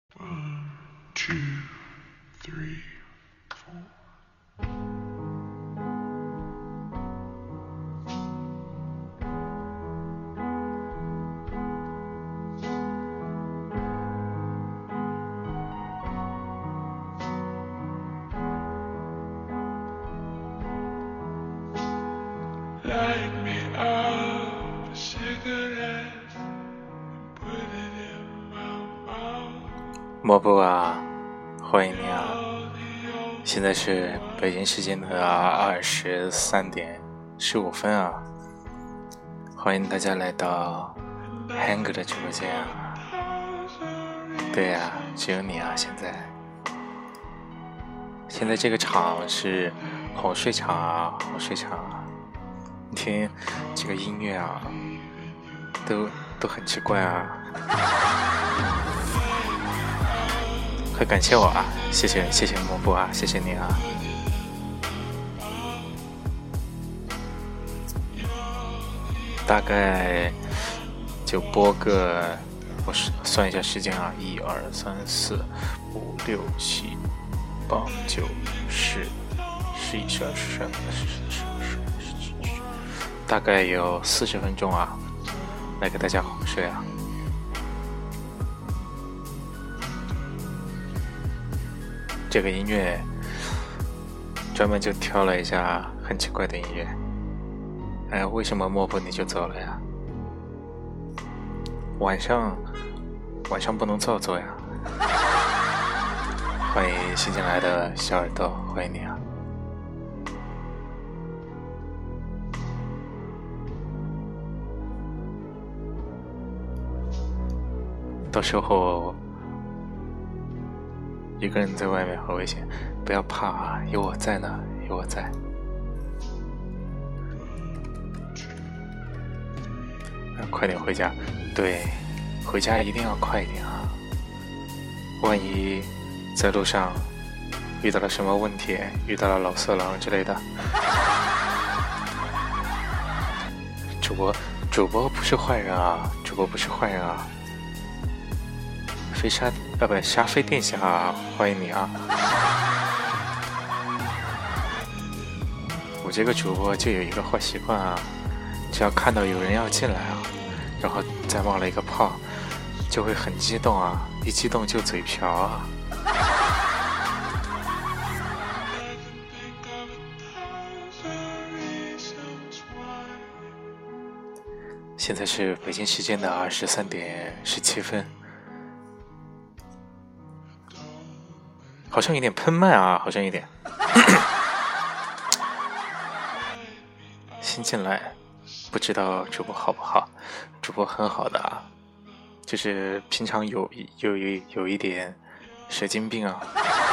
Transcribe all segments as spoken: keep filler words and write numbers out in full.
One, two, three, four. Light me up a cigarette and put it in my mouth. 莫布啊，欢迎你啊！现在是北京时间的二十三点十五分啊！欢迎大家来到 Hank 的直播间啊！对呀、啊，只有你啊！现在，现在这个场是哄睡场啊，哄睡场啊！你听这个音乐啊，都都很奇怪啊！快感谢我啊！谢谢谢谢莫布啊，谢谢你啊！大概就播个，我算一下时间啊，一二三四五六七八九十十一十二十三十四十五十六十七十，大概有四十分钟啊，来给大家哄睡啊！这个音乐专门就挑了一下很奇怪的音乐。哎，为什么莫布你就走了呀？晚上晚上不能造作呀。欢迎新进来的小耳朵，欢迎你啊。到时候一个人在外面很危险，不要怕啊，有我在呢，有我在。快点回家，对，回家一定要快一点啊！万一在路上遇到了什么问题，遇到了老色狼之类的，主播主播不是坏人啊，主播不是坏人啊！飞沙啊不沙飞殿下、啊，欢迎你啊！我这个主播就有一个坏习惯啊，只要看到有人要进来啊，然后再冒了一个泡，就会很激动啊，一激动就嘴瓢啊。现在是北京时间的二十三点十七分。好像有点喷麦啊，好像有点。新进来，不知道主播好不好？主播很好的啊，就是平常有有有有一点神经病啊。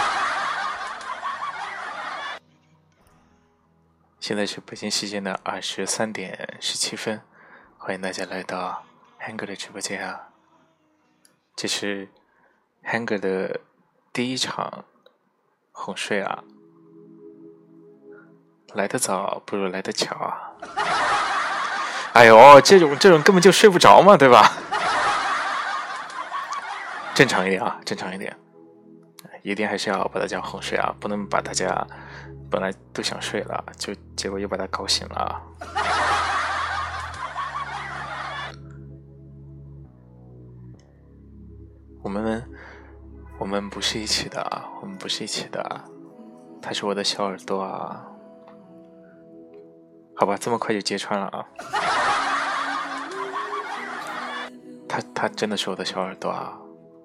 现在是北京时间的二十三点十七分，欢迎大家来到 Hank 的直播间啊。这是 Hank 的第一场哄睡啊，来得早不如来得巧啊！哎呦，这种这种根本就睡不着嘛，对吧？正常一点啊，正常一点，一定还是要把大家哄睡啊，不能把大家本来都想睡了，就结果又把他搞醒了啊！我们。我们不是一起的，我们不是一起的，他是我的小耳朵啊。好吧，这么快就揭穿了啊。他他真的是我的小耳朵啊。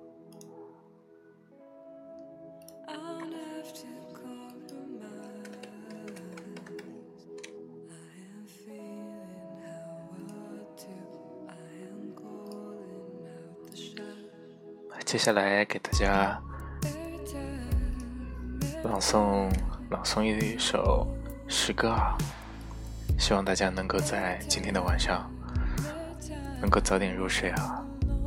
接下来给大家朗诵朗诵一首诗歌啊，希望大家能够在今天的晚上能够早点入睡啊。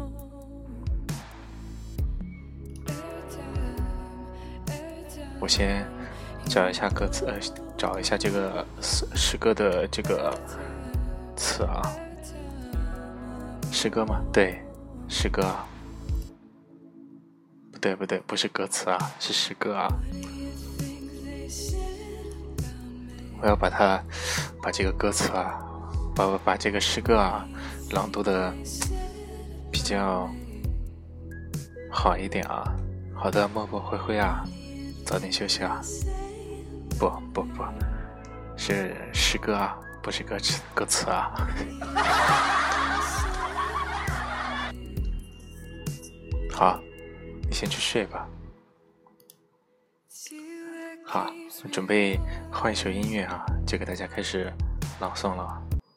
我先找一下歌词，呃，找一下这个诗歌的这个词啊，诗歌吗？对，诗歌啊。 对不对，不是歌词啊，是诗歌啊。我要把它把这个歌词啊，把把这个诗歌啊朗读的比较好一点啊。好的，默默灰灰啊，早点休息啊。不不不，是诗歌啊，不是歌词歌词啊。好，你先去睡吧。好，准备换一首音乐啊，就给大家开始朗诵了。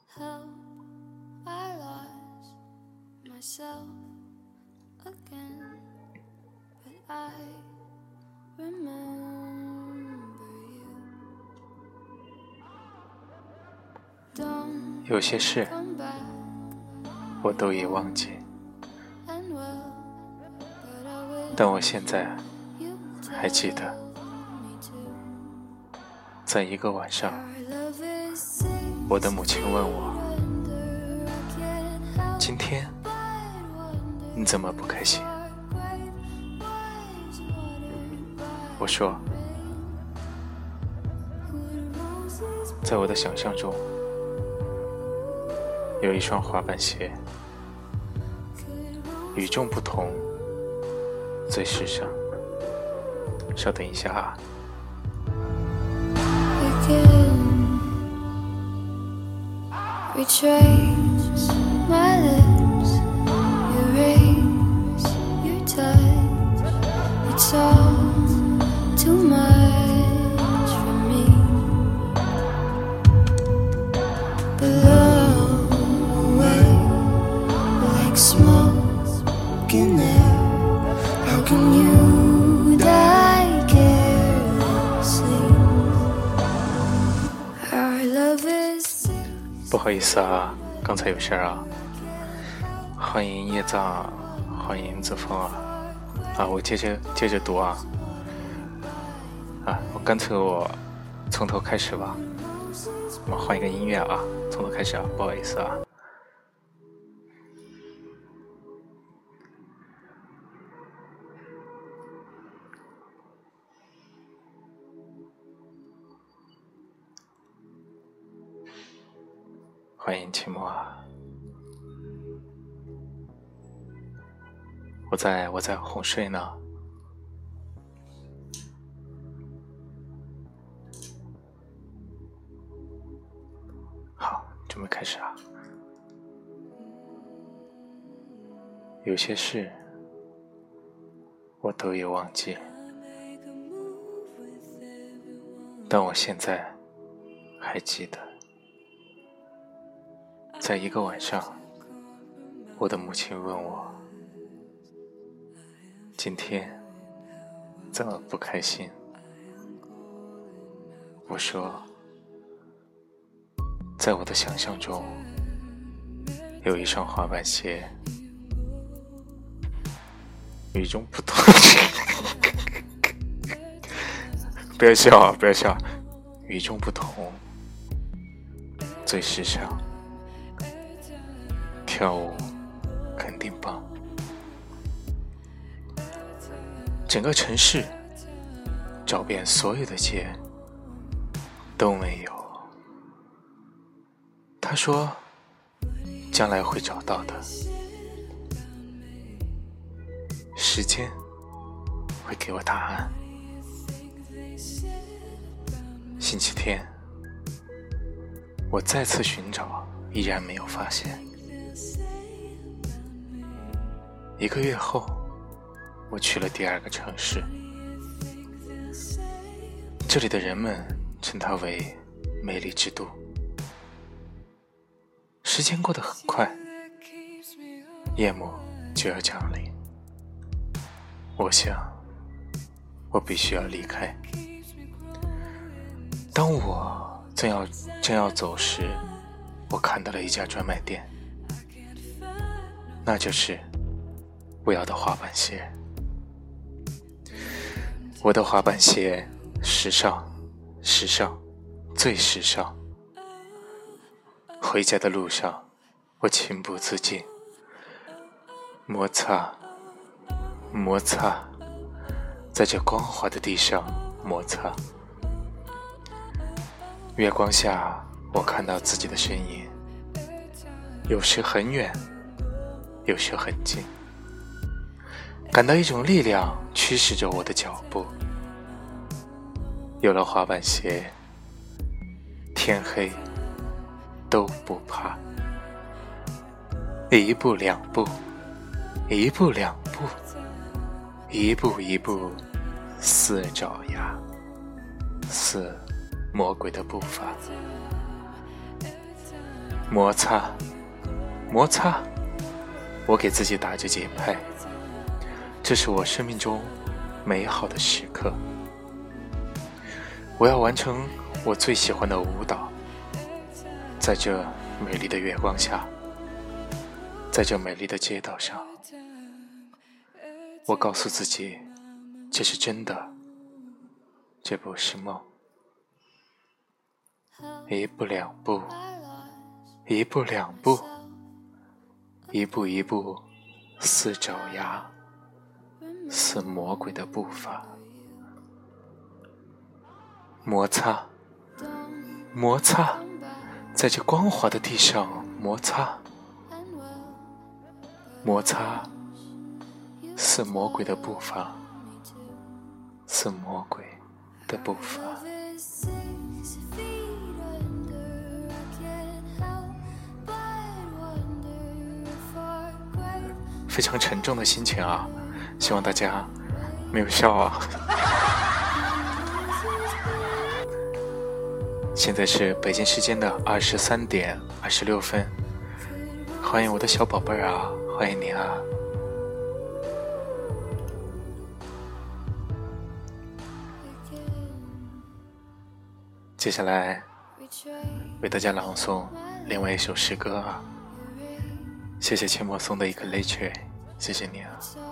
有些事我都已忘记，但我现在还记得，在一个晚上，我的母亲问我，今天你怎么不开心？我说，在我的想象中，有一双滑板鞋，与众不同，最时尚。稍等一下啊。 Retrace my lips, erase your touch. It's all too much for me. Blow away like smoke in air. How can you die carelessly? Our love is. 不好意思啊，刚才有事儿啊。欢迎叶藏，欢迎子枫啊。啊，我接着接着读啊。啊，我干脆我从头开始吧。我们换一个音乐啊，从头开始啊，不好意思啊。欢迎期末啊！我在我在哄睡呢。好，准备开始啊。有些事我都已忘记，但我现在还记得。在一个晚上，我的母亲问我，今天怎么不开心？我说，在我的想象中，有一双滑板鞋，与众不同。不要笑啊，不要笑，与众不同，最时尚。跳舞肯定棒，整个城市找遍所有的街都没有。他说将来会找到的，时间会给我答案。星期天我再次寻找，依然没有发现。一个月后，我去了第二个城市，这里的人们称它为美丽之都。时间过得很快，夜幕就要降临。我想，我必须要离开。当我正要正要走时，我看到了一家专卖店，那就是我要的滑板鞋。我的滑板鞋，时尚，时尚，最时尚。回家的路上，我情不自禁，摩擦，摩擦， 在这光滑的地上摩擦。月光下，我看到自己的身影，有时很远，有时很近，感到一种力量驱使着我的脚步。有了滑板鞋，天黑都不怕。一步两步，一步两步，一步一步，似爪牙，似魔鬼的步伐。摩擦，摩擦，我给自己打着节拍，这是我生命中美好的时刻。我要完成我最喜欢的舞蹈，在这美丽的月光下，在这美丽的街道上，我告诉自己，这是真的，这不是梦。一步两步，一步两步，一步一步，似爪牙，似魔鬼的步伐。摩擦，摩擦，在这光滑的地上摩擦，摩擦，似魔鬼的步伐，似魔鬼的步伐。非常沉重的心情啊，希望大家没有笑啊。现在是北京时间的二十三点二十六分，欢迎我的小宝贝儿啊，欢迎你啊！接下来为大家朗诵另外一首诗歌啊，谢谢阡陌送的一个 lecture， 谢谢你啊！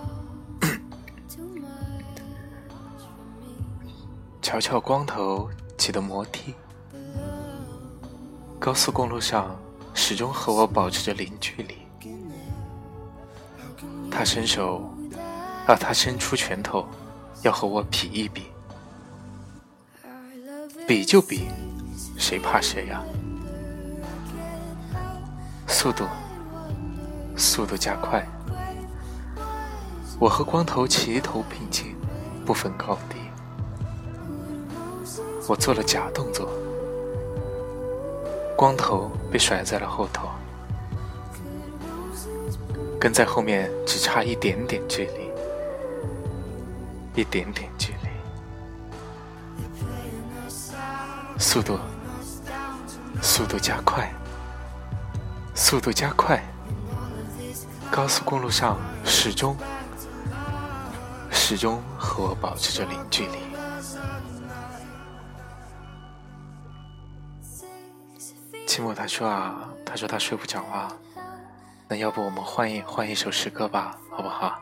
瞧瞧光头骑的摩的，高速公路上始终和我保持着零距离。他伸手，啊，他伸出拳头，要和我比一比。比就比，谁怕谁呀？速度，速度加快。我和光头齐头并进，不分高低。我做了假动作，光头被甩在了后头，跟在后面只差一点点距离，一点点距离。速度，速度加快，速度加快。高速公路上始终，始终和我保持着零距离。期末他说啊，他说他睡不着啊，那要不我们换一换一首诗歌吧，好不好？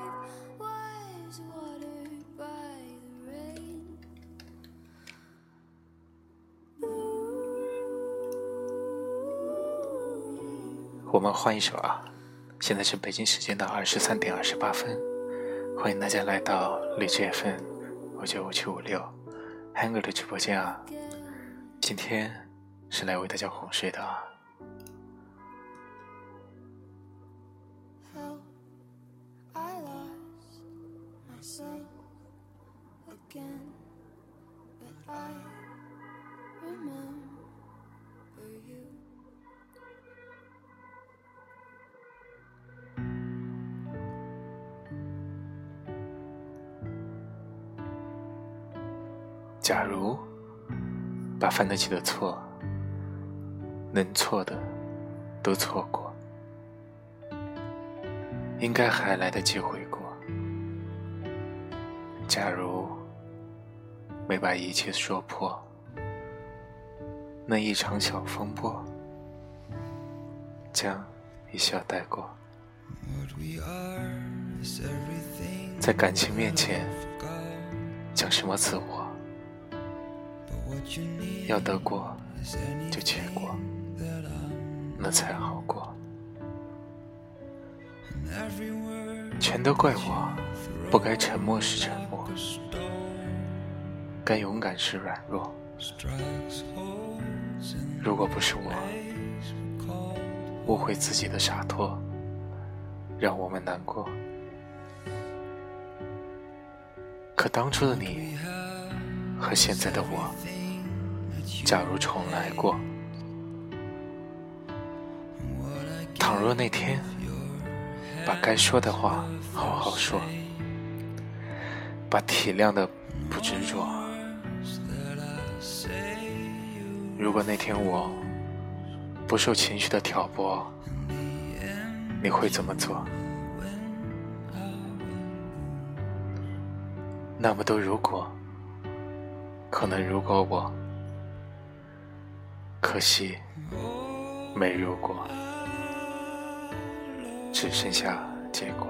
我们换一首啊，现在是北京时间的二十三点二十八分，欢迎大家来到荔枝 F M 五九五七五六 Hanger 的直播间啊，今天是来为大家哄睡的啊。假如把犯得起的错，能错的都错过，应该还来得及悔过。假如没把一切说破，那一场小风波将一笑带过。在感情面前讲什么自我，要得过就且过，那才好过。全都怪我不该沉默时沉默， 该勇敢是软弱。如果不是我误会自己的洒脱，让我们难过，可当初的你和现在的我，假如重来过，倘若那天把该说的话好好说，把体谅的不执着，如果那天我不受情绪的挑拨，你会怎么做？那么多如果，可能如果我，可惜没如果，只剩下结果。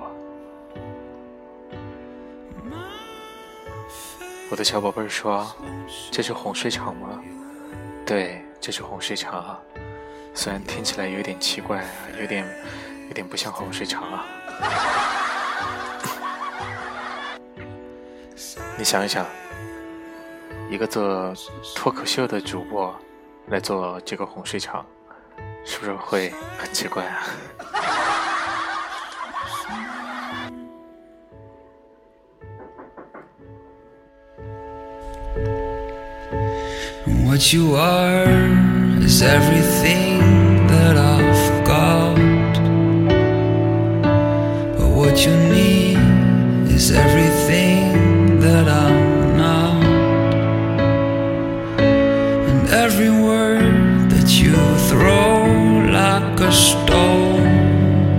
我的小宝贝儿说，这是哄睡场吗？对，这是哄睡场啊，虽然听起来有点奇怪，有点有点不像哄睡场啊。你想一想，一个做脱口秀的主播来做这个哄睡场，是不是会很奇怪啊？ What you are is everything that I've got, but what you need is everything that I'm not, and every word that you throw like a stone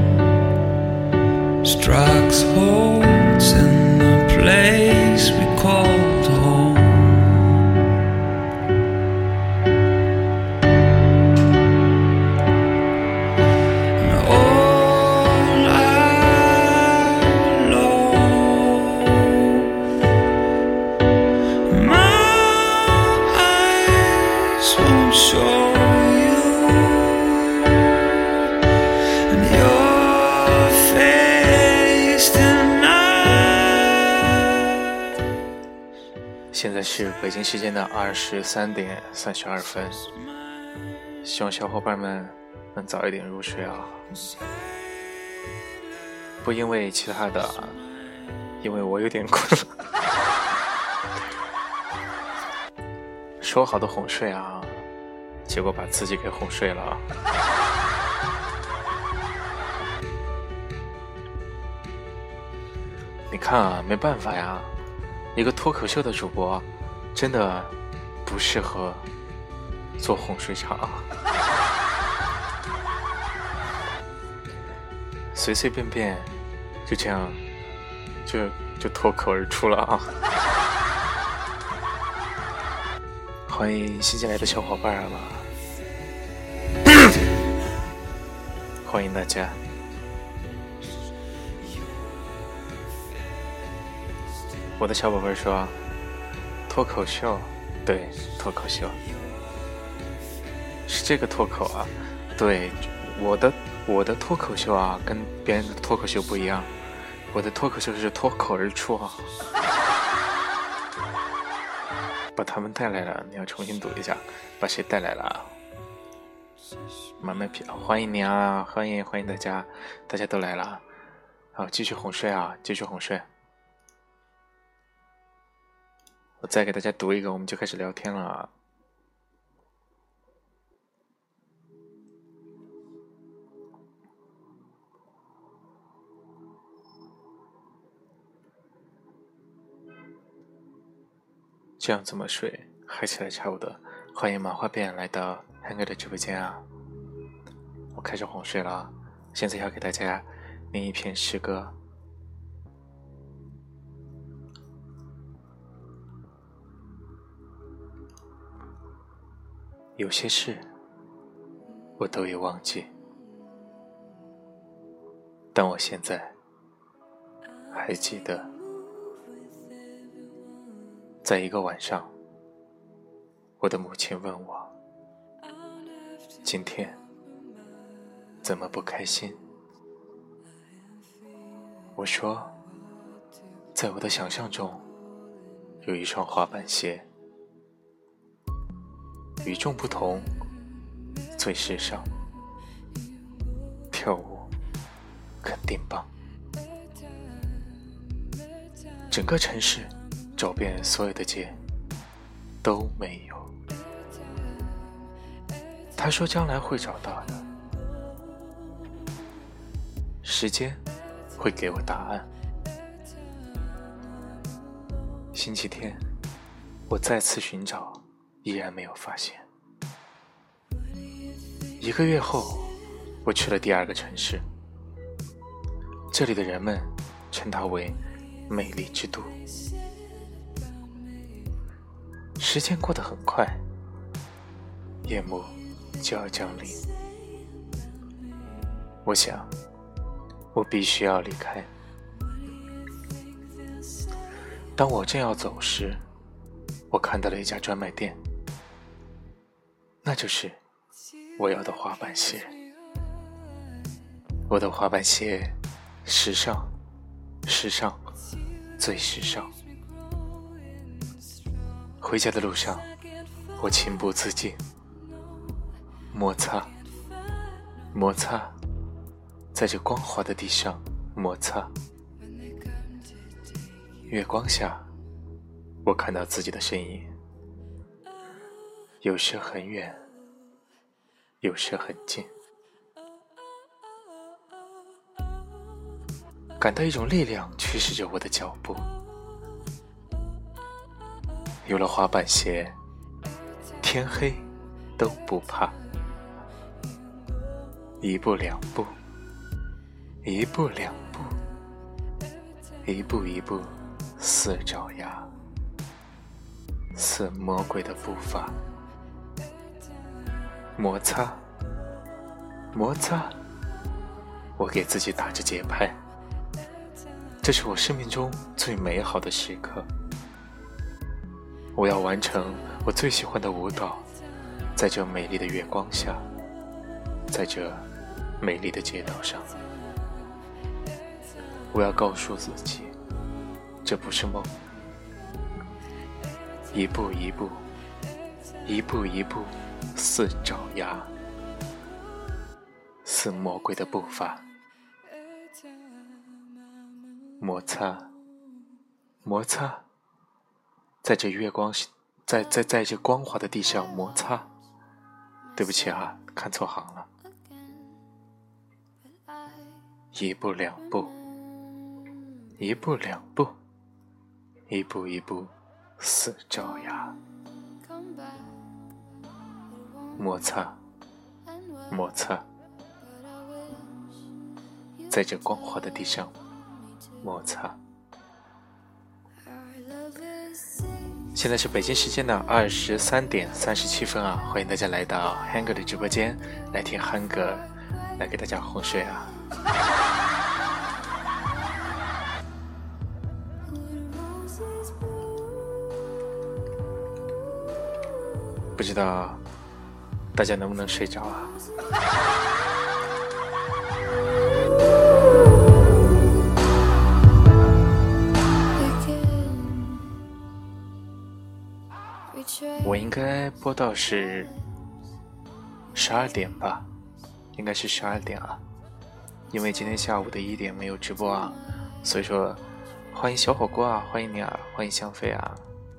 strikes holes in the place we called home. 现在是北京时间的二十三点三十二分，希望小伙伴们能早一点入睡啊！不因为其他的，因为我有点困了。说好的哄睡啊，结果把自己给哄睡了啊！你看啊，没办法呀。一个脱口秀的主播真的不适合做哄睡场，随随便便就这样就就脱口而出了啊！欢迎新进来的小伙伴们，欢迎大家。我的小宝贝说，脱口秀，对，脱口秀是这个脱口啊，对，我的我的脱口秀啊，跟别人的脱口秀不一样，我的脱口秀是脱口而出啊，把他们带来了，你要重新读一下，把谁带来了啊？慢慢皮，欢迎你啊，欢迎欢迎大家，大家都来了，好，继续哄睡啊，继续哄睡。我再给大家读一个，我们就开始聊天了。这样怎么睡？嗨起来差不多。欢迎麻花辫来到汉哥的直播间啊！我开始哄睡了，现在要给大家念一篇诗歌。有些事我都已忘记，但我现在还记得，在一个晚上，我的母亲问我，今天怎么不开心？我说，在我的想象中， 有一双滑板鞋，与众不同，最时尚，跳舞肯定棒。整个城市找遍所有的街都没有。他说将来会找到的，时间会给我答案。星期天我再次寻找，依然没有发现。一个月后我去了第二个城市，这里的人们称它为美丽之都。时间过得很快，夜幕就要降临。我想我必须要离开。当我正要走时，我看到了一家专卖店，那就是我要的滑板鞋。我的滑板鞋时尚，时尚，最时尚。回家的路上，我情不自禁摩擦摩擦，在这光滑的地上摩擦。月光下，我看到自己的身影，有时很远，有时很近，感到一种力量驱使着我的脚步。有了滑板鞋，天黑都不怕。一步两步，一步两步，一步一步似爪牙，似魔鬼的步伐。摩擦摩擦，我给自己打着节拍。这是我生命中最美好的时刻。我要完成我最喜欢的舞蹈，在这美丽的月光下，在这美丽的街道上。我要告诉自己，这不是梦。一步一步，一步一步，似爪牙，似魔鬼的步伐。摩擦摩擦，在这月光在在在这光滑的地上摩擦。对不起啊，看错行了。一步两步，一步两步，一步一步似爪牙。摩擦摩擦，在这光滑的地上摩擦。现在是北京时间的二十三点三十七分啊！欢迎大家来到憨哥的直播间，来听憨哥来给大家哄睡啊！不知道大家能不能睡着啊？我应该播到是十二点吧，应该是十二点啊，因为今天下午的一点没有直播啊，所以说欢迎小火锅啊，欢迎你啊，欢迎香妃啊。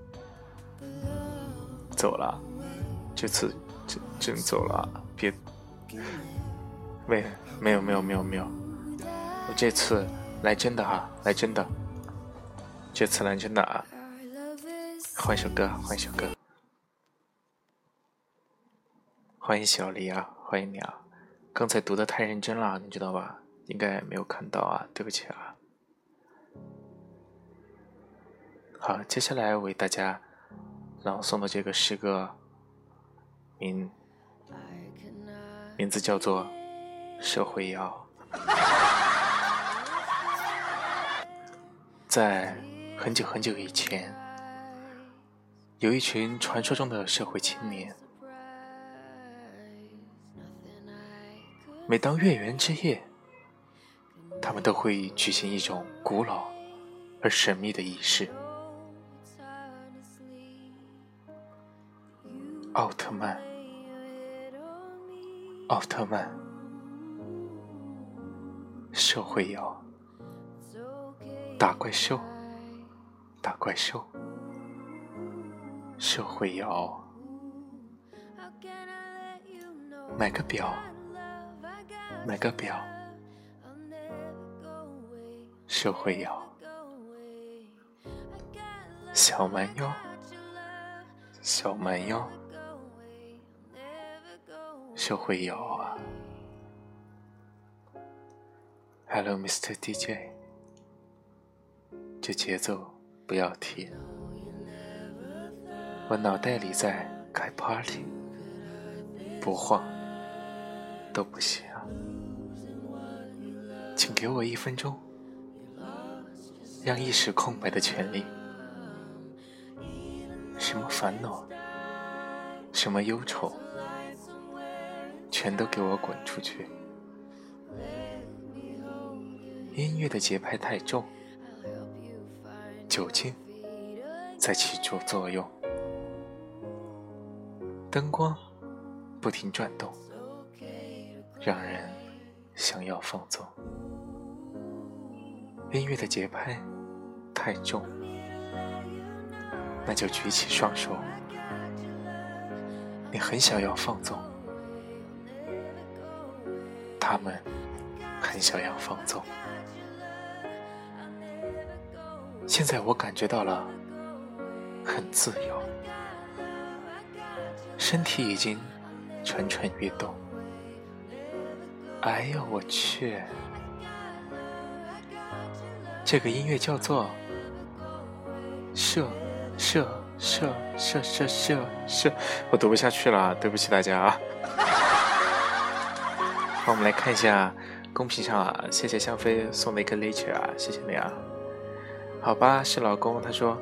走了，这次真真走了，别，没没有没有没有没有，我这次来真的哈，来真的，这次来真的啊。换一首歌，换一首歌。欢迎小黎啊，欢迎你啊！刚才读的太认真了，你知道吧？应该没有看到啊，对不起啊。好，接下来为大家朗诵的这个诗歌名名字叫做《社会摇》。在很久很久以前，有一群传说中的社会青年，每当月圆之夜，他们都会举行一种古老而神秘的仪式， 奥特曼，奥特曼，社会摇，打怪兽，打怪兽，社会摇，买个表，买个表，社会摇，小蛮腰，小蛮腰，社会摇啊。 Hello Mister D J， 这节奏不要停，我脑袋里在开 party， 不晃都不行，请给我一分钟，让一时空白的权利，什么烦恼，什么忧愁，全都给我滚出去。音乐的节拍太重，酒精在起作作用，灯光不停转动，让人想要放纵。音乐的节拍太重，那就举起双手，你很想要放纵，他们很想要放纵。现在我感觉到了很自由，身体已经蠢蠢欲动。哎呦我去，这个音乐叫做射射射射射射射，我读不下去了，对不起大家啊。好，我们来看一下公屏上啊，谢谢香妃送的一个 nature 啊，谢谢你啊。好吧，是老公。他说，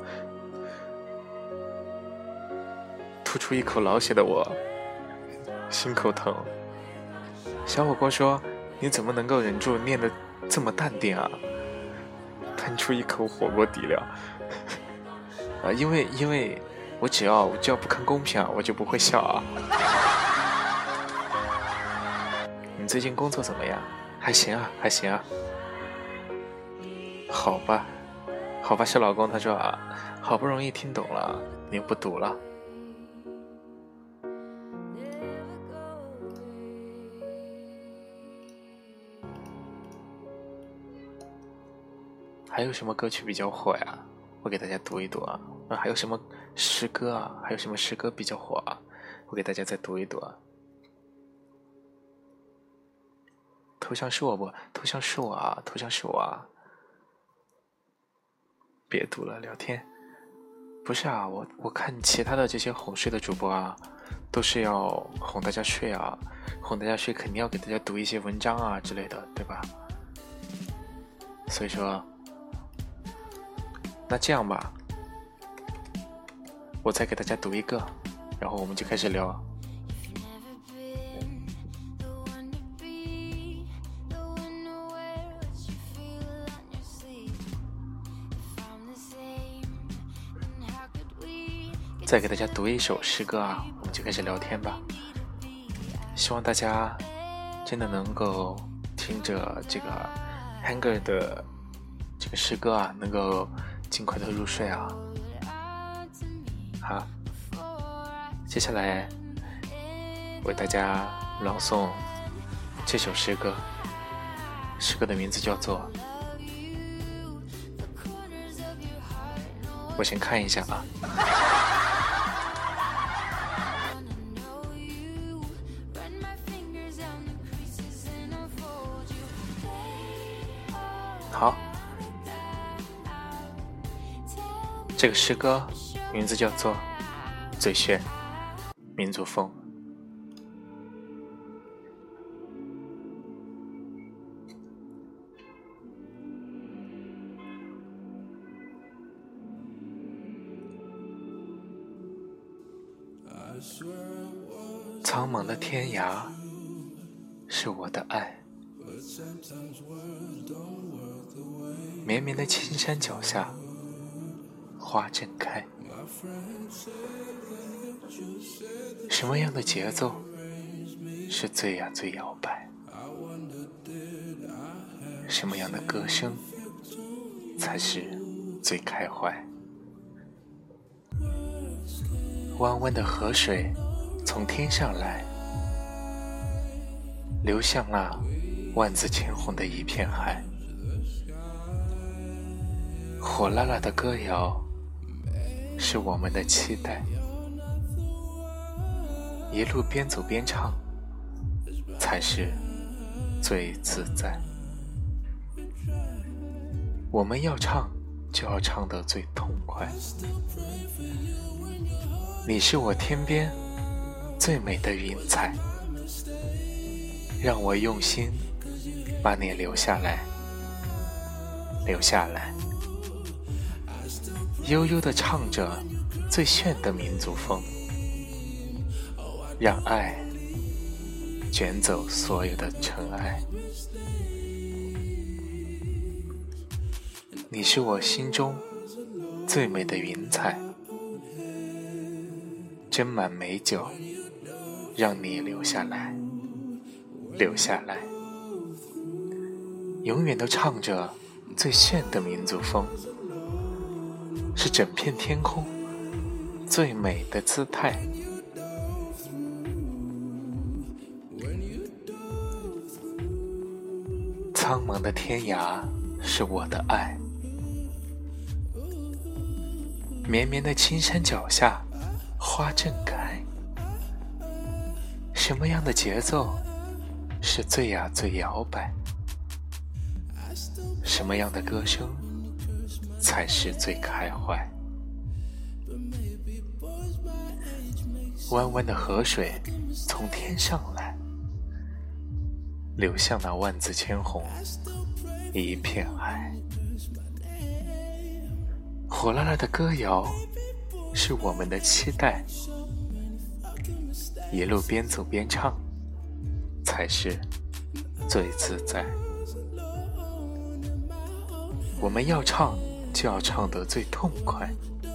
吐出一口老血的我，心口疼。小火锅说，你怎么能够忍住念得这么淡定啊？喷出一口火锅底料。啊，因为因为我只要我只要不看公屏啊，我就不会笑啊。你最近工作怎么样？还行啊，还行啊。好吧。好吧，是老公。他说啊，好不容易听懂了，你不读了。还有什么歌曲比较火呀？我给大家读一读啊。啊，还有什么诗歌啊？还有什么诗歌比较火啊？我给大家再读一读啊。头像是我不？头像是我啊！头像是我啊！别读了，聊天。不是啊，我我看其他的这些哄睡的主播啊，都是要哄大家睡啊，哄大家睡肯定要给大家读一些文章啊之类的，对吧？所以说，那这样吧，我再给大家读一个，然后我们就开始聊。再给大家读一首诗歌啊，我们就开始聊天吧。希望大家真的能够听着这个 Hanger 的这个诗歌啊，能够尽快的入睡啊。好，接下来为大家朗诵这首诗歌，诗歌的名字叫做，我先看一下啊。好，这个诗歌名字叫做《最炫民族风》。苍茫的天涯是我的爱，绵绵的青山脚下花正开， 什么样的节奏是最呀最摇摆？什么样的歌声才是最开怀？弯弯的河水从天上来，流向那万紫千红的一片海。火辣辣的歌谣是我们的期待，一路边走边唱才是最自在。我们要唱就要唱得最痛快。你是我天边最美的云彩，让我用心把你留下来，留下来，悠悠地唱着最炫的民族风，让爱卷走所有的尘埃。你是我心中最美的云彩，斟满美酒，让你留下来，留下来，永远都唱着最炫的民族风，是整片天空最美的姿态。苍茫的天涯是我的爱，绵绵的青山脚下花正开。什么样的节奏是最呀最摇摆？什么样的歌声才是最开怀？弯弯的河水从天上来，流向那万紫千红一片海。火辣辣的歌谣是我们的期待，一路边走边唱才是最自在。我们要唱就要唱得最痛快。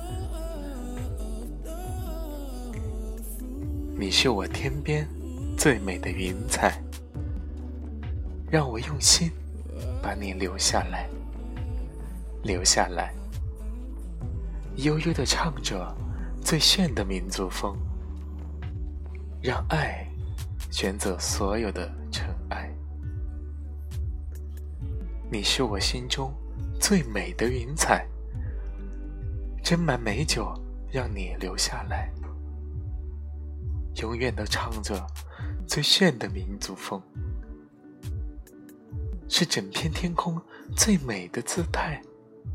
你是我天边最美的云彩，让我用心把你留下来，留下来，悠悠地唱着最炫的民族风，让爱卷走所有的尘埃。你是我心中最美的云彩，斟满美酒，让你留下来，永远地唱着最炫的民族风，是整片天空最美的姿态。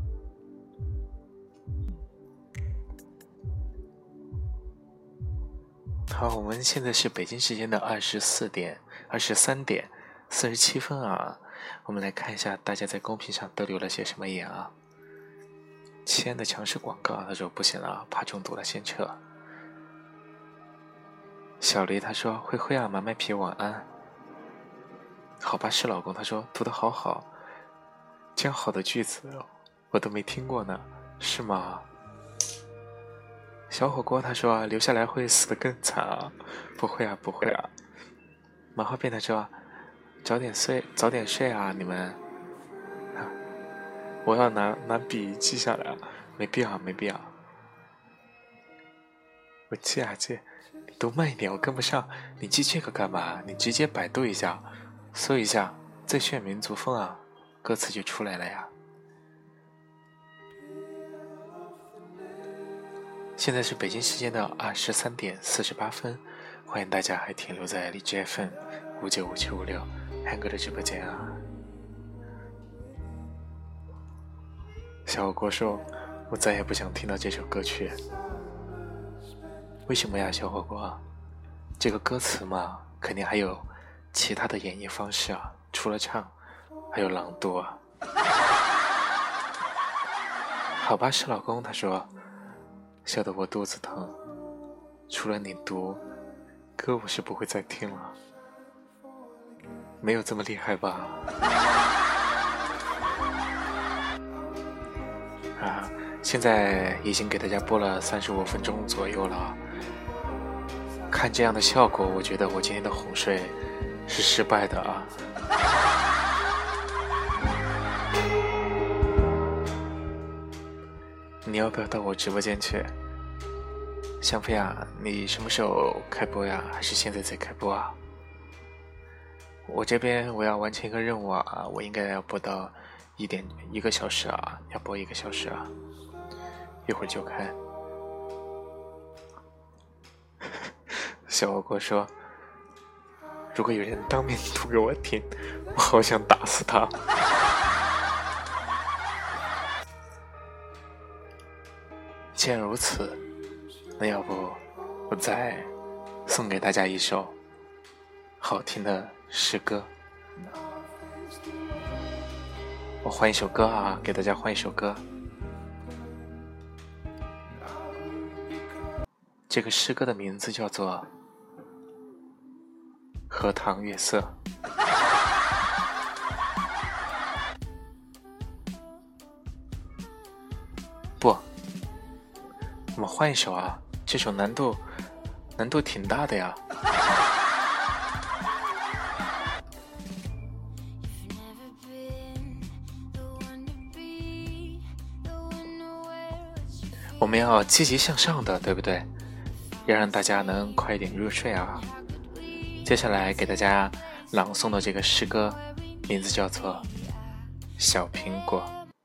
好，我们现在是北京时间的二十四点二十三点四十七分啊。我们来看一下大家在公屏上都留了些什么言啊。亲爱的强势广告，他说不行了，怕中毒了，先撤。小黎他说灰灰啊，买卖皮晚安。好吧，是老公，他说读得好好，这样好的句子我都没听过呢，是吗？小火锅他说留下来会死得更惨啊。不会啊不会啊。马化变他说早点睡早点睡啊你们啊，我要拿拿笔记下来，没必要没必要。我记啊记，你读慢一点，我跟不上。你记这个干嘛？你直接百度一下，搜一下最炫民族风啊，歌词就出来了呀。现在是北京时间的二十三点四十八分，欢迎大家还停留在荔枝 F M 五九五七五六汉哥的直播间啊。小火锅说我再也不想听到这首歌曲。为什么呀小火锅？这个歌词嘛肯定还有其他的演绎方式啊，除了唱还有朗读啊。好吧，是老公，他说笑得我肚子疼，除了你读歌我是不会再听了，没有这么厉害吧？啊，现在已经给大家播了三十五分钟左右了， 看这样的效果，我觉得我今天的哄睡是失败的啊。你要不要到我直播间去？香飞啊，你什么时候开播呀？还是现在在开播啊？我这边我要完成一个任务啊，我应该要播到一点一个小时啊，要播一个小时啊，一会儿就开。小火锅说，如果有人当面读给我听，我好想打死他。既然如此，那要不我再送给大家一首好听的诗歌。我换一首歌啊，给大家换一首歌。这个诗歌的名字叫做《荷塘月色》。不，我们换一首啊，这首难度难度挺大的呀。我们要积极向上的，对不对？要让大家能快一点入睡啊。接下来给大家朗诵的这个诗歌名字叫做《小苹果》。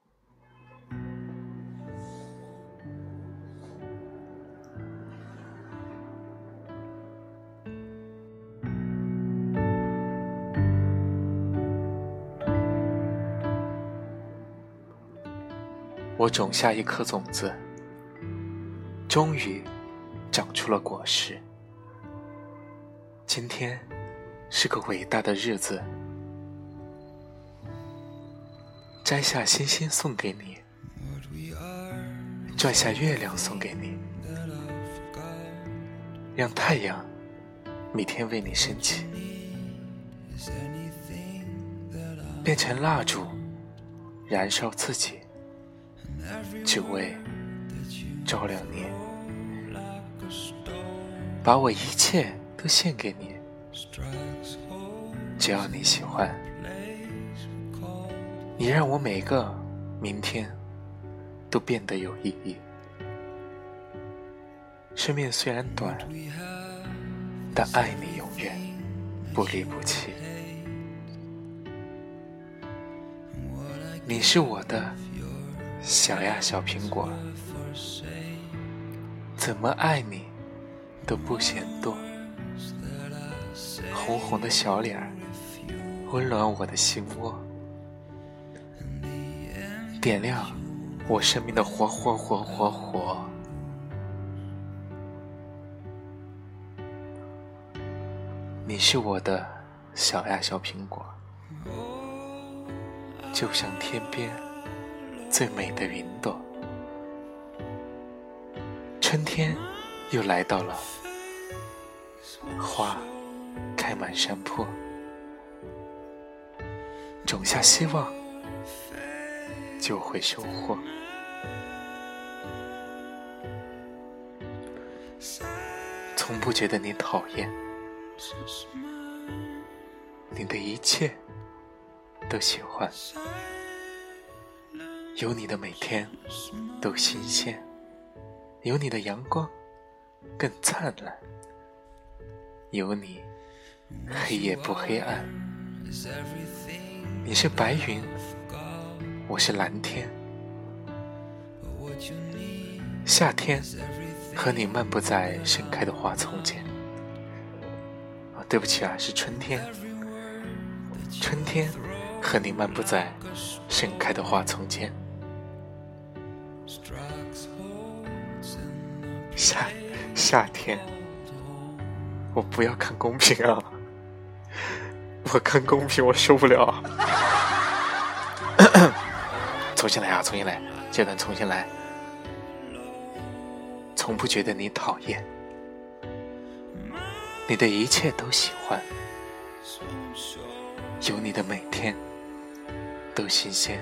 我种下一颗种子，终于长出了果实。今天是个伟大的日子，摘下星星送给你，拽下月亮送给你，让太阳每天为你升起，变成蜡烛燃烧自己，只为照亮你，把我一切都献给你，只要你喜欢。你让我每个明天都变得有意义。生命虽然短，但爱你永远不离不弃。你是我的小呀小苹果，怎么爱你都不嫌多。红红的小脸儿温暖我的心窝，点亮我生命的火火火火火。你是我的小呀小苹果，就像天边最美的云朵。春天又来到了，花开满山坡，种下希望就会收获。从不觉得你讨厌，你的一切都喜欢，有你的每天都新鲜，有你的阳光更灿烂，有你黑夜不黑暗。你是白云，我是蓝天。夏天和你漫步在盛开的花丛间。啊，对不起啊，是春天。春天和你漫步在盛开的花丛间。夏夏天，我不要看公屏啊！我看公屏我受不了。重新来啊，重新来，这段重新来。从不觉得你讨厌，你的一切都喜欢，有你的每天都新鲜，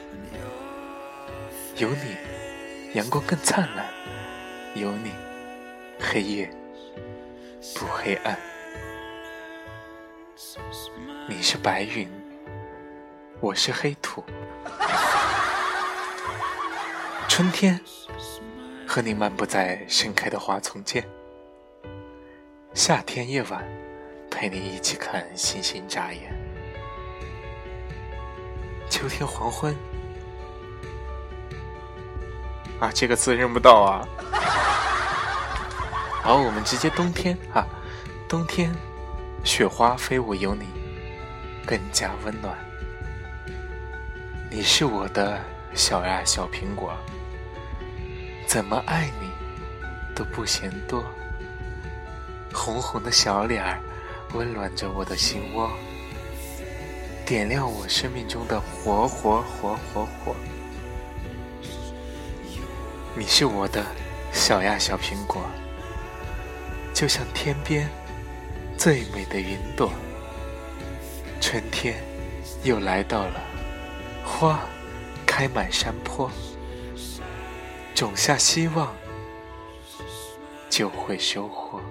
有你阳光更灿烂，有你黑夜不黑暗。你是白云，我是黑土。春天，和你漫步在盛开的花丛间；夏天夜晚，陪你一起看星星眨眼；秋天黄昏，啊，这个字认不到啊。好，我们直接冬天啊，冬天，雪花飞舞有你，更加温暖。你是我的小呀小苹果，怎么爱你都不嫌多。红红的小脸儿温暖着我的心窝，点亮我生命中的火火火火火。你是我的小呀小苹果，就像天边最美的云朵。春天又来到了，花开满山坡，种下希望就会收获。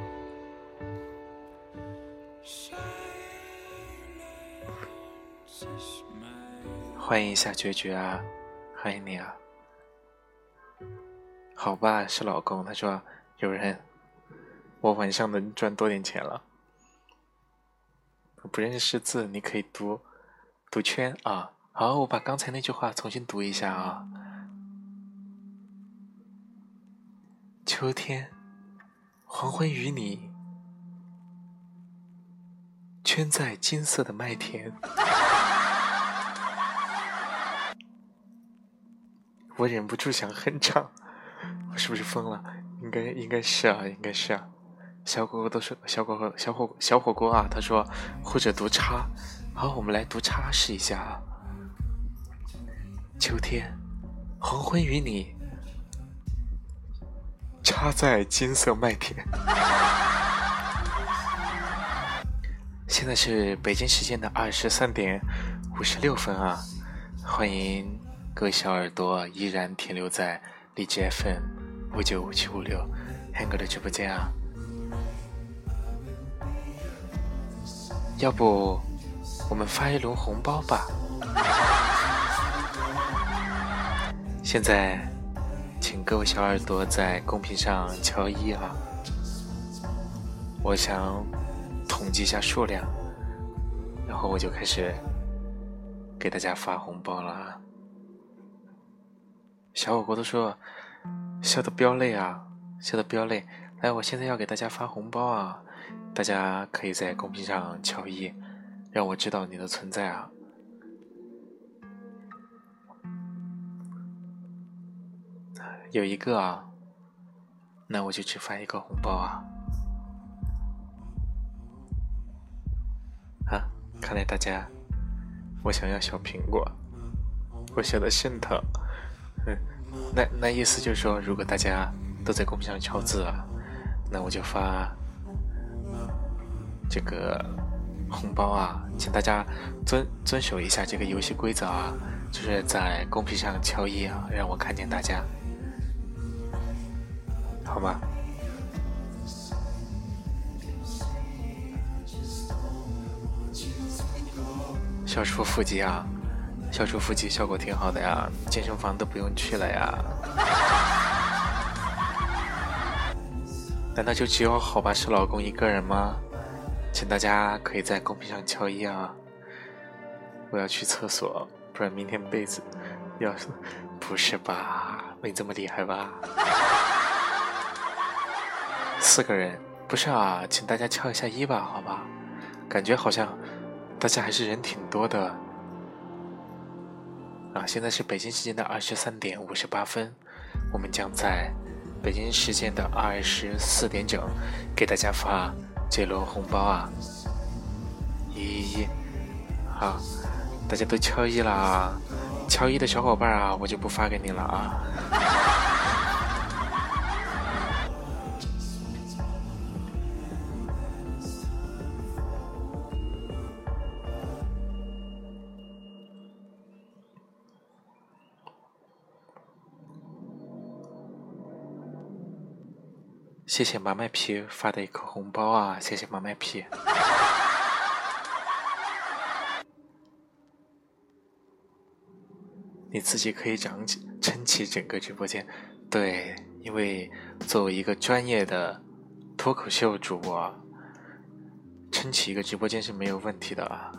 欢迎一下绝绝啊，欢迎你啊。好吧，是老公，他说有人，我晚上能赚多点钱了。我不认识字，你可以读读圈啊。好，我把刚才那句话重新读一下啊。秋天，黄昏与你圈在金色的麦田。我忍不住想哼唱，我是不是疯了？应该应该是啊，应该是啊。小火锅都说小火锅小火小火锅啊，他说或者读叉。好，我们来读叉试一下啊。秋天，黄昏与你插在金色麦田。现在是北京时间的二十三点五十六分啊！欢迎各位小耳朵依然停留在荔枝 F M 五九五七五六汉哥的直播间啊！要不我们发一轮红包吧？现在请各位小耳朵在公屏上敲一啊！我想统计一下数量，然后我就开始给大家发红包了啊！小火锅都说笑得飙泪啊，笑得飙泪！来，我现在要给大家发红包啊！大家可以在公屏上敲一，让我知道你的存在啊！有一个啊，那我就只发一个红包啊！啊，看来大家，我想要小苹果，我笑得心疼。嗯，那那意思就是说，如果大家都在公屏上敲字啊，那我就发这个红包啊，请大家遵遵守一下这个游戏规则啊，就是在公屏上敲一啊，让我看见大家，好吗？消除腹肌啊，消除腹肌效果挺好的呀，健身房都不用去了呀。难道就只有好吧是老公一个人吗？请大家可以在公屏上敲一啊！我要去厕所，不然明天被子要……不是吧？没这么厉害吧？四个人不是啊，请大家敲一下一吧，好吧？感觉好像大家还是人挺多的啊！现在是北京时间的二十三点五十八分，我们将在北京时间的二十四点整给大家发这轮红包啊！一，好，大家都敲一啦！敲一的小伙伴啊，我就不发给你了啊！ 谢谢马麦皮发的一个红包啊，谢谢马麦皮。你自己可以掌起撑起整个直播间，对，因为作为一个专业的脱口秀主播啊，撑起一个直播间是没有问题的啊。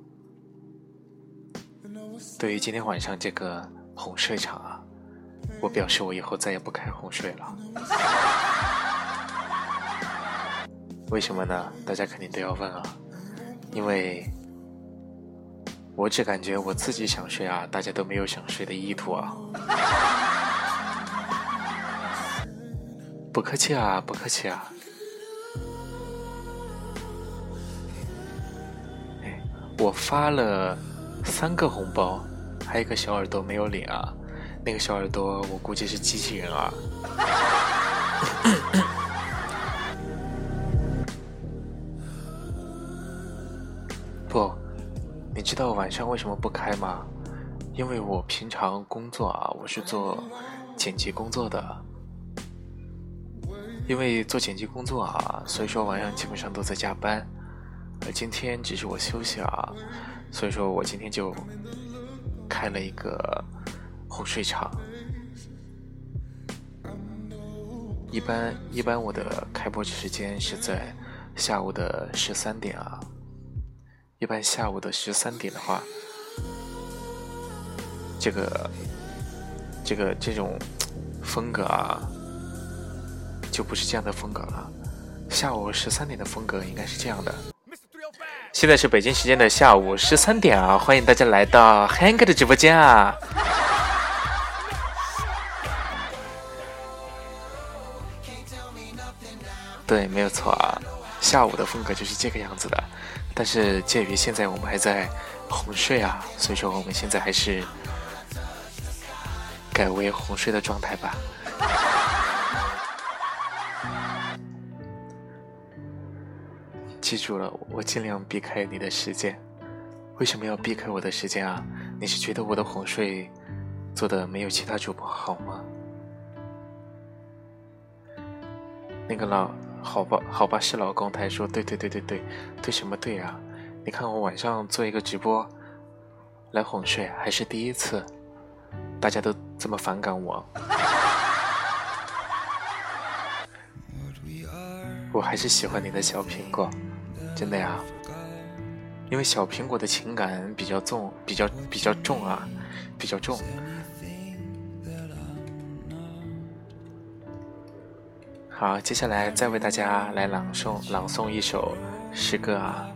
对于今天晚上这个哄睡场啊，我表示我以后再也不开哄睡了。为什么呢？大家肯定都要问啊，因为我只感觉我自己想睡啊，大家都没有想睡的意图啊。不客气啊，不客气啊。哎，我发了三个红包，还有一个小耳朵没有领啊。那个小耳朵我估计是机器人啊。不，你知道晚上为什么不开吗？因为我平常工作啊，我是做剪辑工作的。因为做剪辑工作啊，所以说晚上基本上都在加班。而今天只是我休息啊，所以说我今天就开了一个哄睡场。一般一般我的开播时间是在下午的十三点啊。一般下午的十三点的话，这个这个这种风格啊，就不是这样的风格了。下午十三点的风格应该是这样的。现在是北京时间的下午十三点啊，欢迎大家来到 Hank 的直播间啊。对，没有错啊，下午的风格就是这个样子的。但是鉴于现在我们还在哄睡啊，所以说我们现在还是改为哄睡的状态吧。记住了，我尽量避开你的时间。为什么要避开我的时间啊？你是觉得我的哄睡做的没有其他主播好吗？那个老好吧好吧是老公，他还说对对对对对对什么对啊？你看我晚上做一个直播来哄睡还是第一次，大家都这么反感我。我还是喜欢你的小苹果，真的呀，因为小苹果的情感比较重，比较比较重啊，比较重。好，接下来再为大家来朗诵朗诵一首诗歌啊。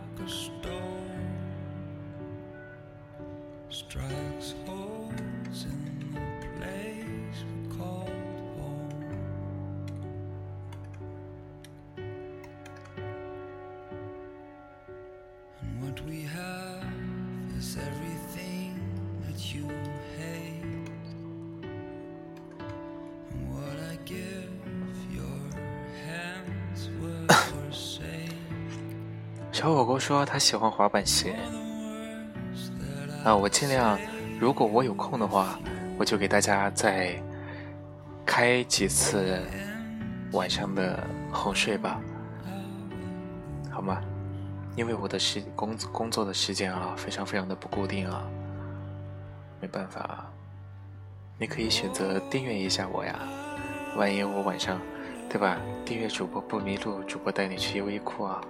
小火锅说他喜欢滑板鞋啊，我尽量，如果我有空的话，我就给大家再开几次晚上的哄睡吧，好吗？因为我的时工工作的时间啊，非常非常的不固定啊，没办法啊。你可以选择订阅一下我呀，万一我晚上，对吧？订阅主播不迷路，主播带你去优衣库啊。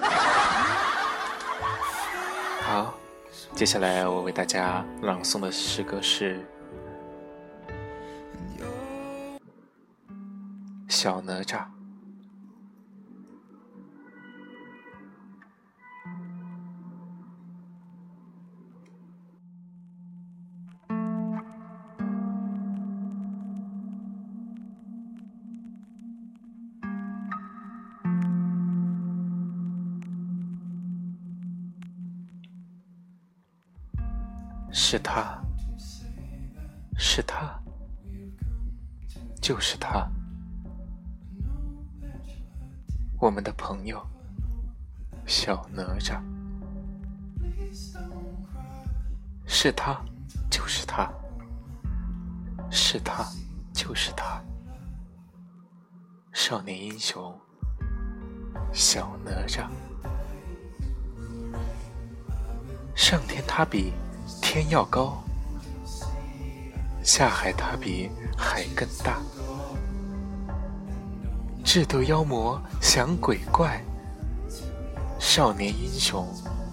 好，接下来我为大家朗诵的诗歌是小哪吒。是他，是他，就是他，我们的朋友小哪吒。是他，就是他，是他，就是他， 少年英雄小哪吒。上天他比天要高，下海他比海更大。智斗妖魔降鬼怪，少年英雄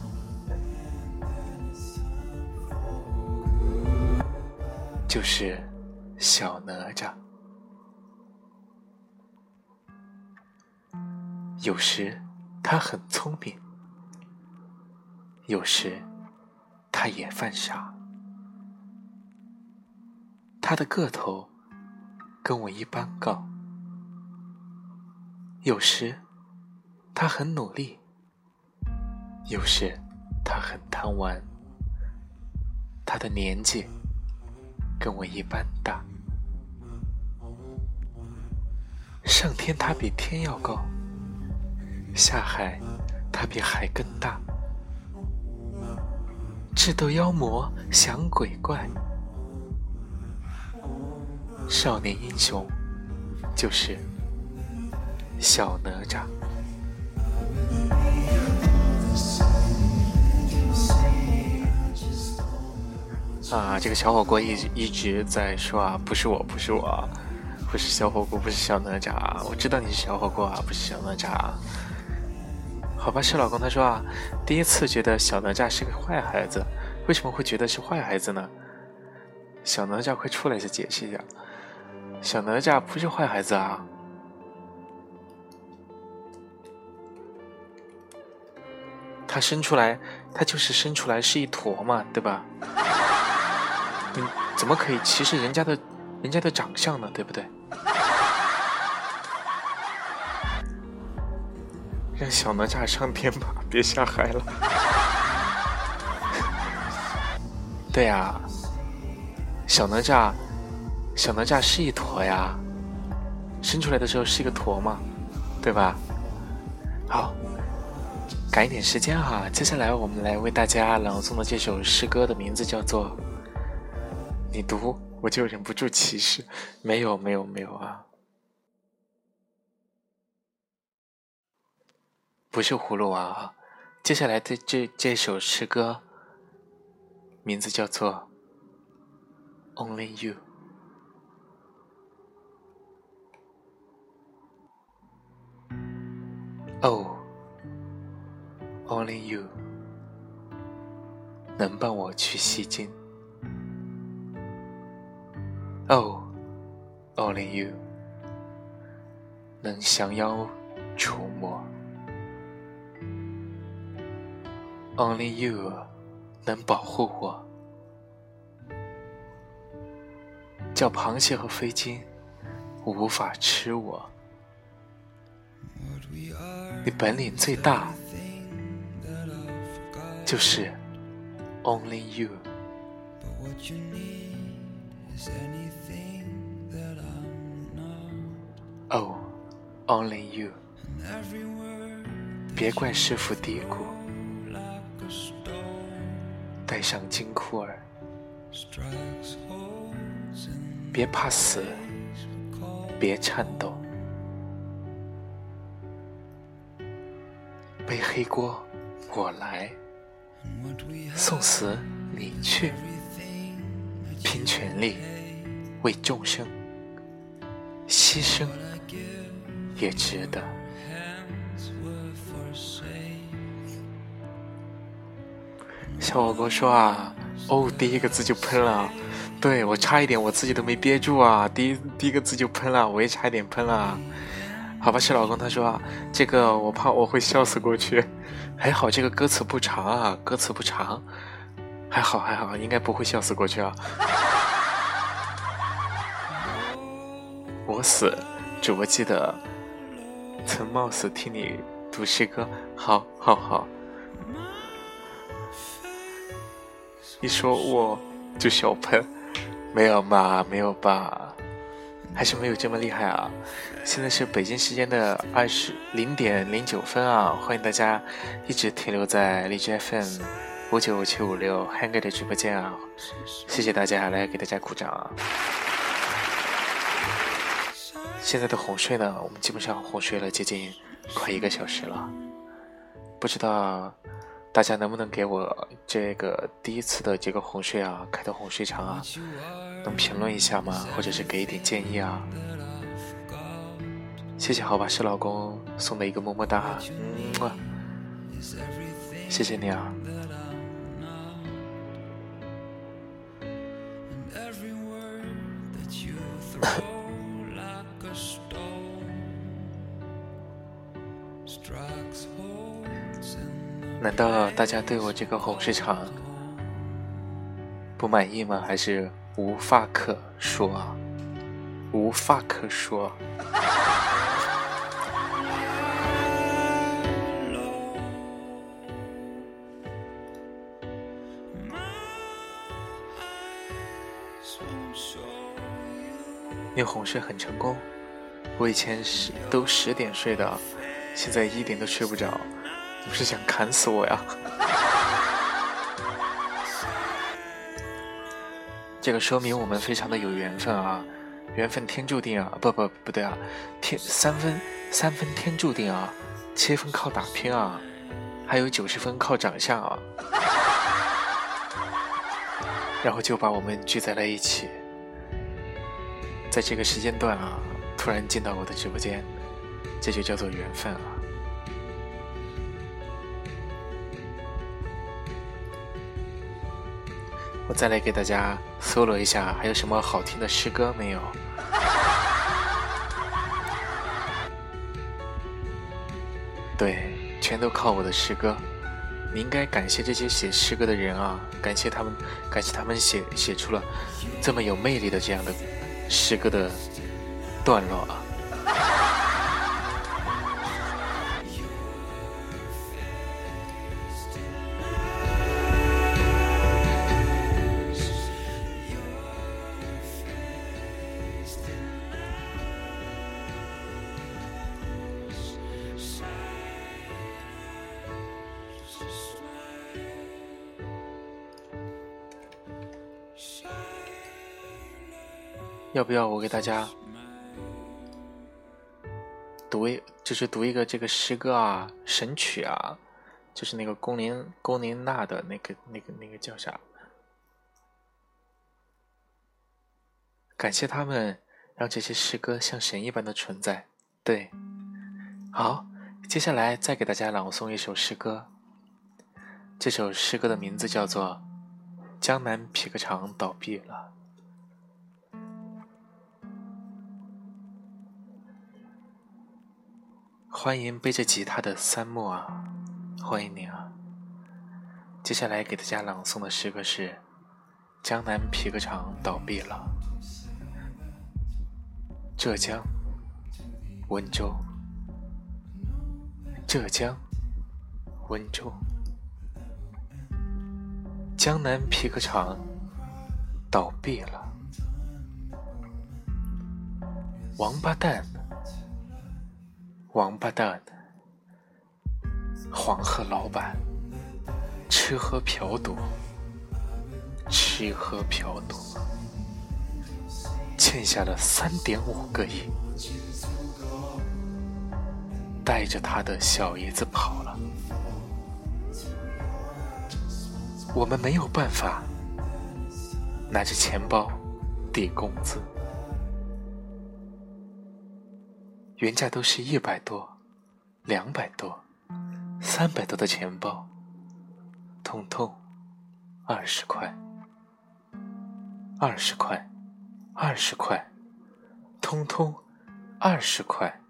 就是小哪吒。有时他很聪明，有时他也犯傻。他的个头跟我一般高，有时他很努力，有时他很贪玩。他的年纪跟我一般大。上天他比天要高，下海他比海更大。智斗妖魔降鬼怪，少年英雄就是小哪吒。啊，这个小火锅一直一直在说啊，不是我，不是我，不是小火锅，不是小哪吒啊，我知道你是小火锅啊，不是小哪吒啊。好吧，是老公他说啊，第一次觉得小哪吒是个坏孩子，为什么会觉得是坏孩子呢？小哪吒快出来一下解释一下。小哪吒不是坏孩子啊，他生出来，他就是生出来是一坨嘛，对吧？你怎么可以歧视人家的人家的长相呢，对不对？让小哪吒上天吧，别下海了。对呀，小哪吒小哪吒是一坨呀，生出来的时候是一个坨嘛，对吧？好，赶一点时间哈，接下来我们来为大家朗诵的这首诗歌的名字叫做你读我就忍不住歧视。没有没有没有啊，不是葫芦娃啊。接下来的这这首诗歌名字叫做 Only You。 Oh Only You 能伴我去西京。 Oh Only You 能降妖除魔。 Only You 能保护我，叫螃蟹和飞鲸无法吃我。你本领最大，就是 Only You。 Oh Only You 别怪师傅嘀咕，带上金库儿，别怕死，别颤抖，背黑锅我来，送死你去，拼全力为众生，牺牲也值得。小火锅说啊，哦，第一个字就喷了，对，我差一点我自己都没憋住啊，第一第一个字就喷了，我也差一点喷了。好吧，是老公他说啊，这个我怕我会笑死过去，还好这个歌词不长啊，歌词不长，还好还好，应该不会笑死过去啊。我死，只我记得曾冒死听你读诗歌，好好好。一说我就小喷，没有吧没有吧，还是没有这么厉害啊。现在是北京时间的二十零点零九分啊，欢迎大家一直停留在荔枝 F M 五九七五六 Hangar 的直播间啊，谢谢大家，来给大家鼓掌啊。 现在的哄睡呢，我们基本上哄睡了接近快一个小时了，不知道大家能不能给我这个第一次的这个哄睡啊，开的哄睡场啊，能评论一下吗？或者是给一点建议啊？谢谢好吧是老公送的一个么么哒，嗯啊，谢谢你啊。难道大家对我这个哄睡场不满意吗？还是无话可说啊？无话可说。你哄睡很成功，我以前是都十点睡的，现在一点都睡不着，你不是想砍死我呀？这个说明我们非常的有缘分啊，缘分天注定啊，不不不对啊，天三分三分天注定啊，七分靠打拼啊，还有九十分靠长相啊，然后就把我们聚在了一起，在这个时间段啊，突然进到我的直播间，这就叫做缘分啊。我再来给大家搜罗一下，还有什么好听的诗歌没有？对，全都靠我的诗歌。你应该感谢这些写诗歌的人啊，感谢他们，感谢他们写写出了这么有魅力的这样的诗歌的段落啊。要不要我给大家读一，就是读一个这个诗歌啊，神曲啊，就是那个龚琳龚琳娜的那个那个那个叫啥？感谢他们让这些诗歌像神一般的存在。对，好，接下来再给大家朗诵一首诗歌。这首诗歌的名字叫做《江南皮革厂倒闭了》。欢迎背着吉他的三木啊，欢迎你啊！接下来给大家朗诵的诗歌是《江南皮革厂倒闭了》。浙江温州，浙江温州，江南皮革厂倒闭了。王八蛋，王八蛋，黄鹤老板，吃喝嫖赌，吃喝嫖赌，欠下了三点五个亿，带着他的小姨子跑了。我们没有办法拿着钱包抵工资，原价都是一百多、两百多、三百多的钱包，通通二十块，二十块，二十块，通通二十块。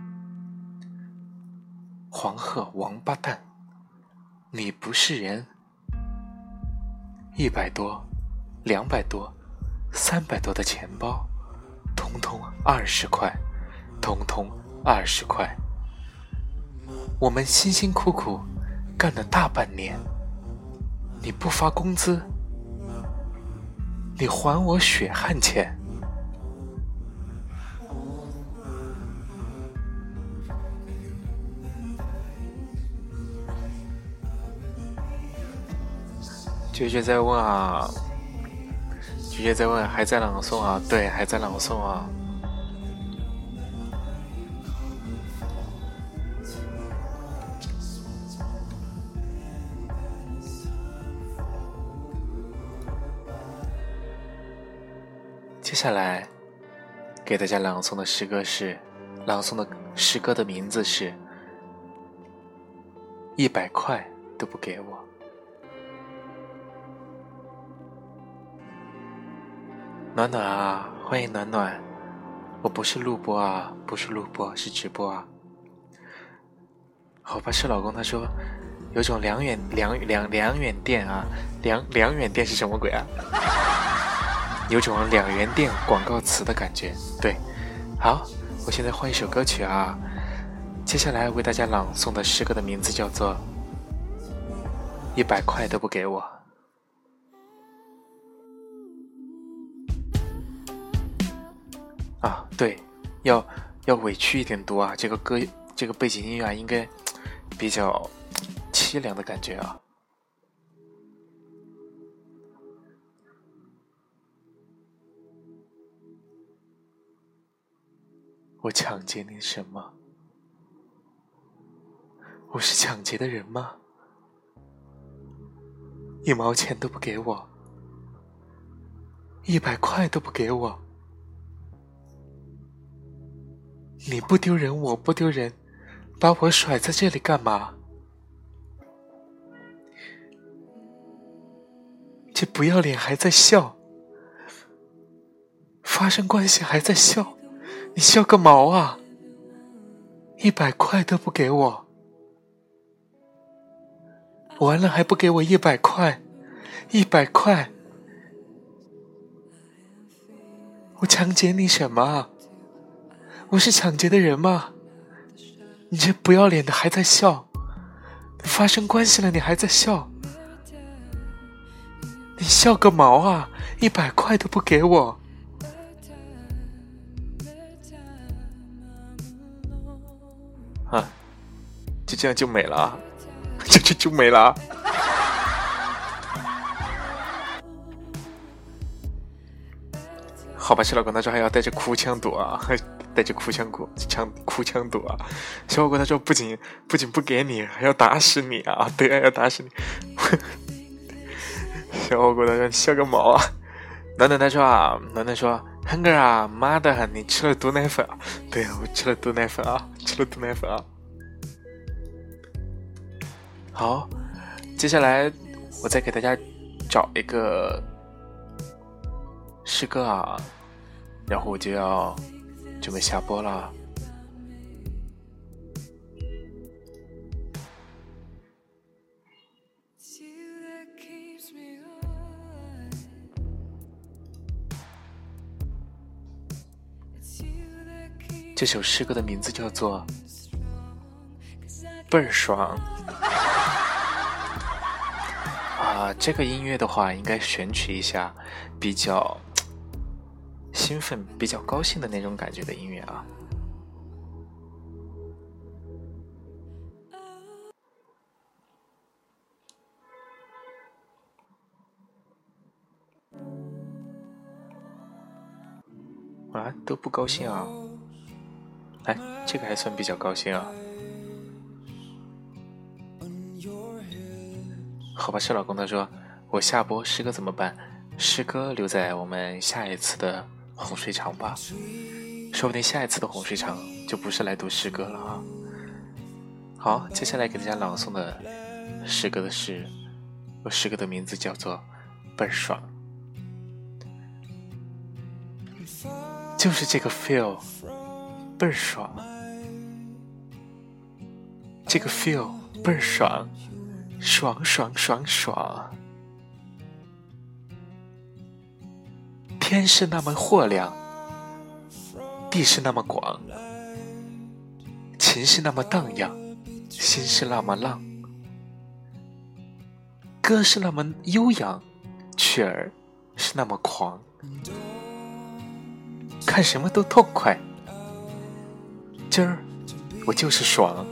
黄鹤王八蛋，你不是人！一百多、两百多、三百多的钱包，通通二十块，通通二十块。我们辛辛苦苦干了大半年，你不发工资，你还我血汗钱。爵爵在问啊，爵爵在问，还在朗诵啊？对，还在朗诵啊。 接下来给大家朗诵的诗歌是朗诵的诗歌的名字是一百块都不给我。暖暖啊，欢迎暖暖，我不是录播啊，不是录播，是直播啊。好吧，是老公他说有种两远两两两远店啊，两两远店是什么鬼啊？有种两元店广告词的感觉。对，好，我现在换一首歌曲啊。接下来为大家朗诵的诗歌的名字叫做一百块都不给我。啊，对，要要委屈一点读啊，这个歌这个背景音乐啊，应该比较凄凉的感觉啊。我抢劫你什么？我是抢劫的人吗？一毛钱都不给我，一百块都不给我。你不丢人，我不丢人，把我甩在这里干嘛？这不要脸还在笑，发生关系还在笑，你笑个毛啊！一百块都不给我，完了还不给我一百块，一百块，我抢劫你什么啊？我是抢劫的人吗？你这不要脸的还在笑，发生关系了你还在笑，你笑个毛啊！一百块都不给我。啊，就这样就没了啊，就就就没了啊。好吧，是老公他说还要带着哭腔躲啊，带着哭腔躲枪哭腔躲啊。小伙伴他说不仅不仅不给你，还要打死你啊！对啊，要打死你。小伙伴他说你笑个毛啊！暖暖他说啊，暖暖说汉哥啊，妈的，你吃了毒奶粉啊？对啊，我吃了毒奶粉啊，吃了毒奶粉啊。好，接下来我再给大家找一个诗歌啊，然后我就要准备下播了。这首诗歌的名字叫做倍儿爽啊！这个音乐的话应该选取一下比较兴奋比较高兴的那种感觉的音乐啊。啊，都不高兴啊！哎，这个还算比较高兴啊。好吧，是老公他说我下播诗歌怎么办？诗歌留在我们下一次的洪水场吧，说不定下一次的洪水场就不是来读诗歌了啊。好，接下来给大家朗诵的诗歌的是，我诗歌的名字叫做倍儿爽。就是这个 feel 倍儿爽，这个 feel 倍儿爽，爽爽爽爽。天是那么豁亮，地是那么广，情是那么荡漾，心是那么浪，歌是那么悠扬，曲儿是那么狂，看什么都痛快，今儿我就是爽。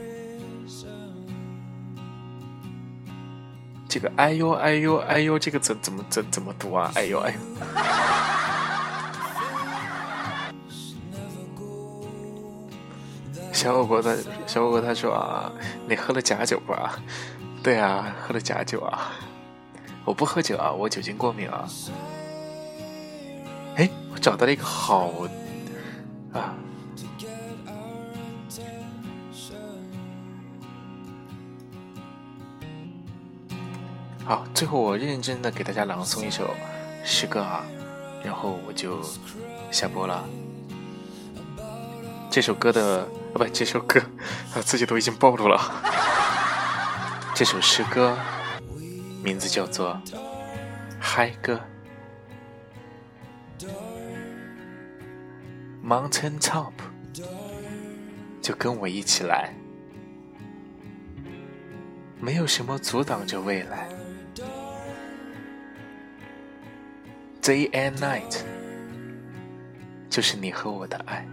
这个哎呦哎呦哎呦，这个怎怎么怎怎么读啊？哎呦哎呦。小火锅他小火锅他说啊，你喝了假酒吧？对啊，喝了假酒啊。我不喝酒啊，我酒精过敏啊。哎， 我找到了一个好啊。好，最后我认认真真的给大家朗诵一首诗歌啊，然后我就下播了。这首歌的啊不，这首歌啊自己都已经暴露了。这首诗歌名字叫做《嗨歌》。Mountain Top， 就跟我一起来，没有什么阻挡着未来。Day and night， 就是你和我的爱，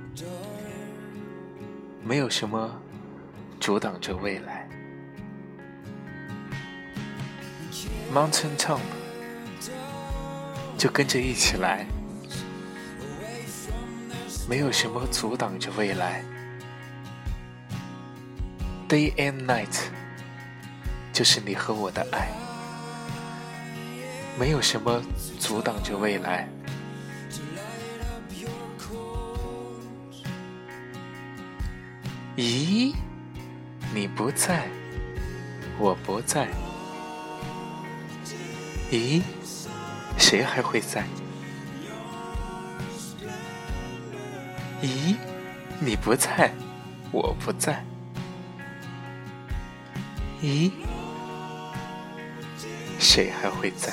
没有什么阻挡着未来。Mountain Top， 就跟着一起来，没有什么阻挡着未来。Day and night， 就是你和我的爱，没有什么阻挡着未来。咦，你不在，我不在。咦，谁还会在？咦，你不在，我不在。咦，谁还会在？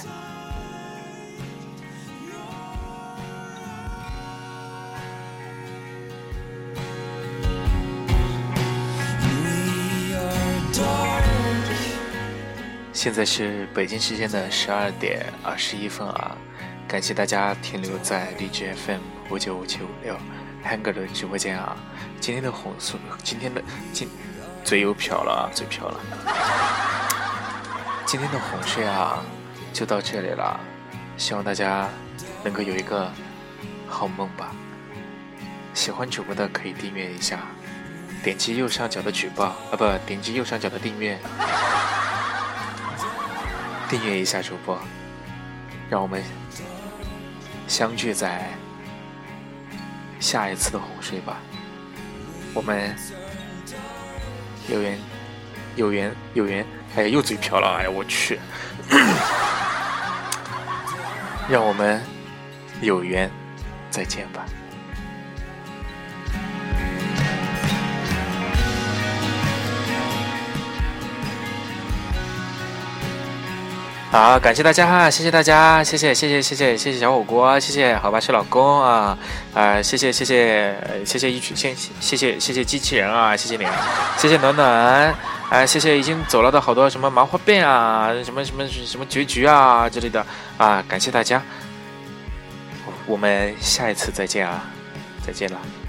现在是北京时间的十二点二十一分啊！感谢大家停留在荔枝 F M 五九五七五六 Hanger 的直播间啊！今天的红素，今天的今嘴又瓢了啊，嘴瓢了。今天的哄睡啊，就到这里了，希望大家能够有一个好梦吧。喜欢主播的可以订阅一下，点击右上角的举报啊，不，点击右上角的订阅。订阅一下主播，让我们相聚在下一次的哄睡吧。我们有缘有缘有缘，哎呀又嘴瓢了，哎呀我去。让我们有缘再见吧。好，感谢大家哈，谢谢大家，谢谢谢谢谢谢谢谢小火锅，谢谢好吧是老公啊啊、呃，谢谢谢谢谢谢一群谢谢谢谢谢机器人啊，谢谢你，谢谢暖暖啊、呃，谢谢已经走了的好多什么麻花辫啊，什么什么什么菊菊啊之类的啊，感谢大家，我们下一次再见啊，再见了。